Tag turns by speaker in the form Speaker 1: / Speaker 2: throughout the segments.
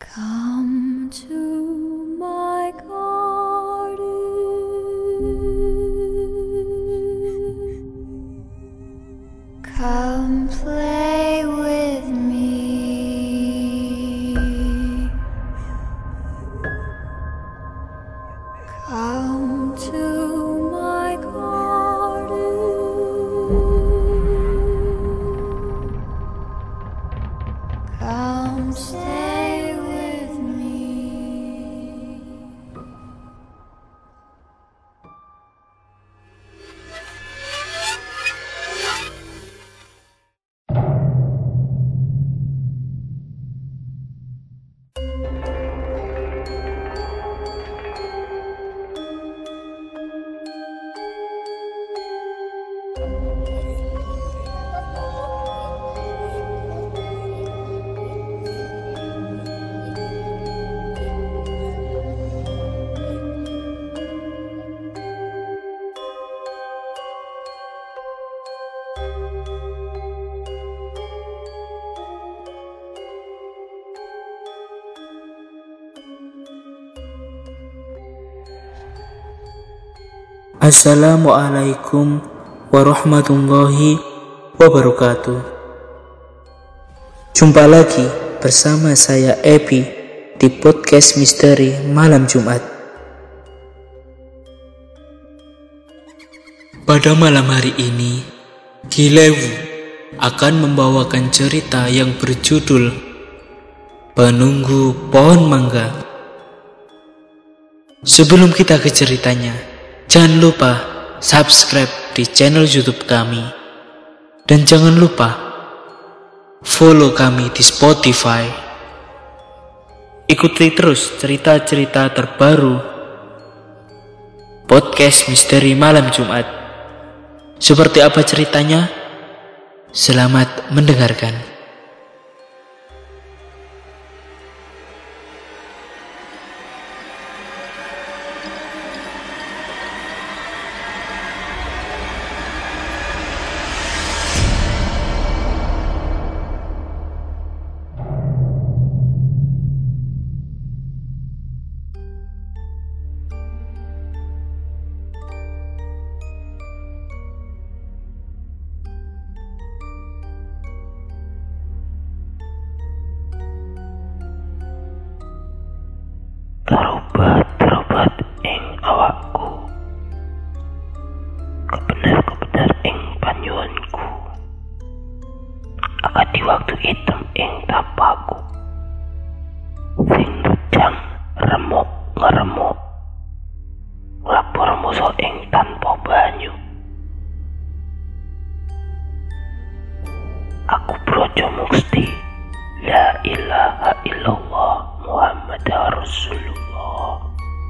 Speaker 1: Come to my garden. Come play with me. Come to my garden. Come stay with me.
Speaker 2: Assalamualaikum warahmatullahi wabarakatuh. Jumpa lagi bersama saya Epi di podcast misteri malam Jumat. Pada malam hari ini, Gilewu akan membawakan cerita yang berjudul Penunggu Pohon Mangga. Sebelum kita ke ceritanya, jangan lupa subscribe di channel YouTube kami. Dan jangan lupa follow kami di Spotify. Ikuti terus cerita-cerita terbaru podcast misteri malam Jumat. Seperti apa ceritanya? Selamat mendengarkan.
Speaker 3: Terobat ing awakku, kebenar ing panyuwunku, akadi waktu item ing tapaku, sing nujang remuk ngeremuk, nglapur musuh ing tanpa banyu. Aku brojo mukti la ilaha illallah Muhammad Rasulullah.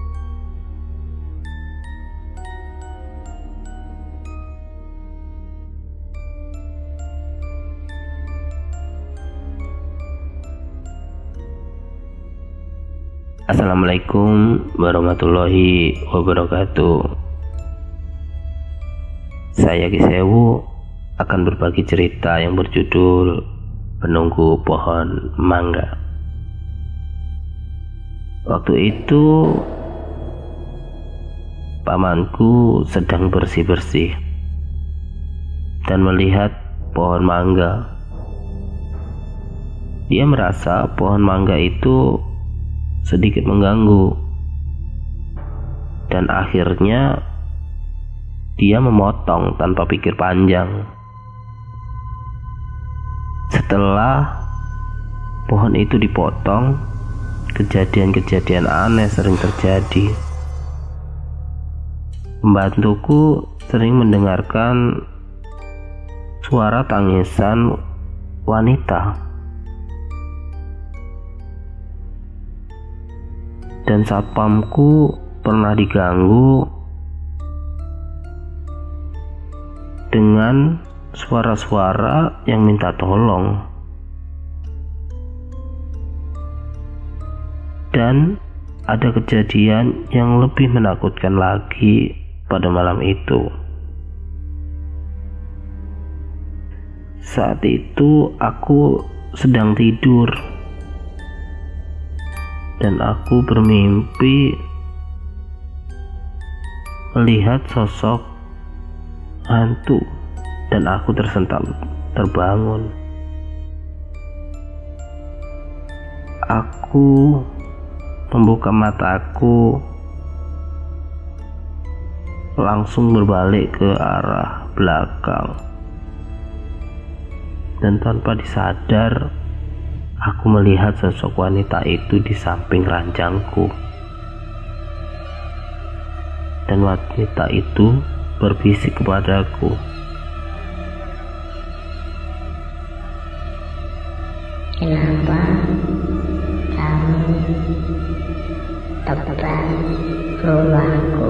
Speaker 3: Assalamualaikum warahmatullahi wabarakatuh. Saya Gilewu akan berbagi cerita yang berjudul Penunggu Pohon Mangga. Waktu itu pamanku sedang bersih-bersih dan melihat pohon mangga. Dia merasa pohon mangga itu sedikit mengganggu dan akhirnya dia memotong tanpa pikir panjang. Setelah pohon itu dipotong, kejadian-kejadian aneh sering terjadi. Pembantuku sering mendengarkan suara tangisan wanita. Dan satpamku pernah diganggu dengan suara-suara yang minta tolong. Dan ada kejadian yang lebih menakutkan lagi pada malam itu. Saat itu aku sedang tidur dan aku bermimpi melihat sosok hantu dan aku tersentak terbangun. Aku membuka mataku, langsung berbalik ke arah belakang, dan tanpa disadar aku melihat sosok wanita itu di samping ranjangku, dan wanita itu berbisik kepadaku,
Speaker 4: "Kenapa kamu tebak rumahku?"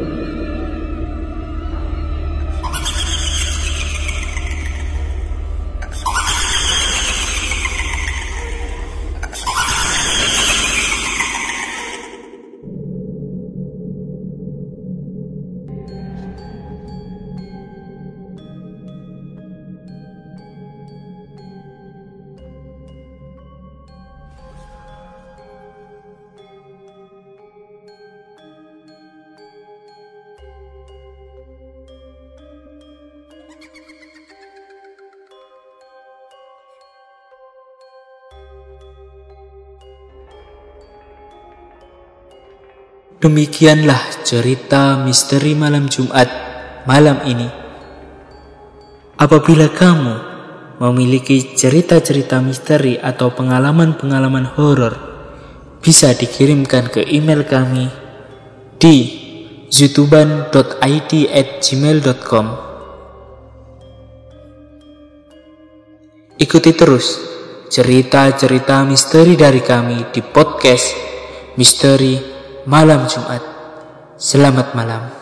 Speaker 2: Demikianlah cerita misteri malam Jumat malam ini. Apabila kamu memiliki cerita-cerita misteri atau pengalaman-pengalaman horor, bisa dikirimkan ke email kami di zutuban.id@gmail.com. Ikuti terus cerita-cerita misteri dari kami di podcast Misteri Malam Jumat. Selamat malam.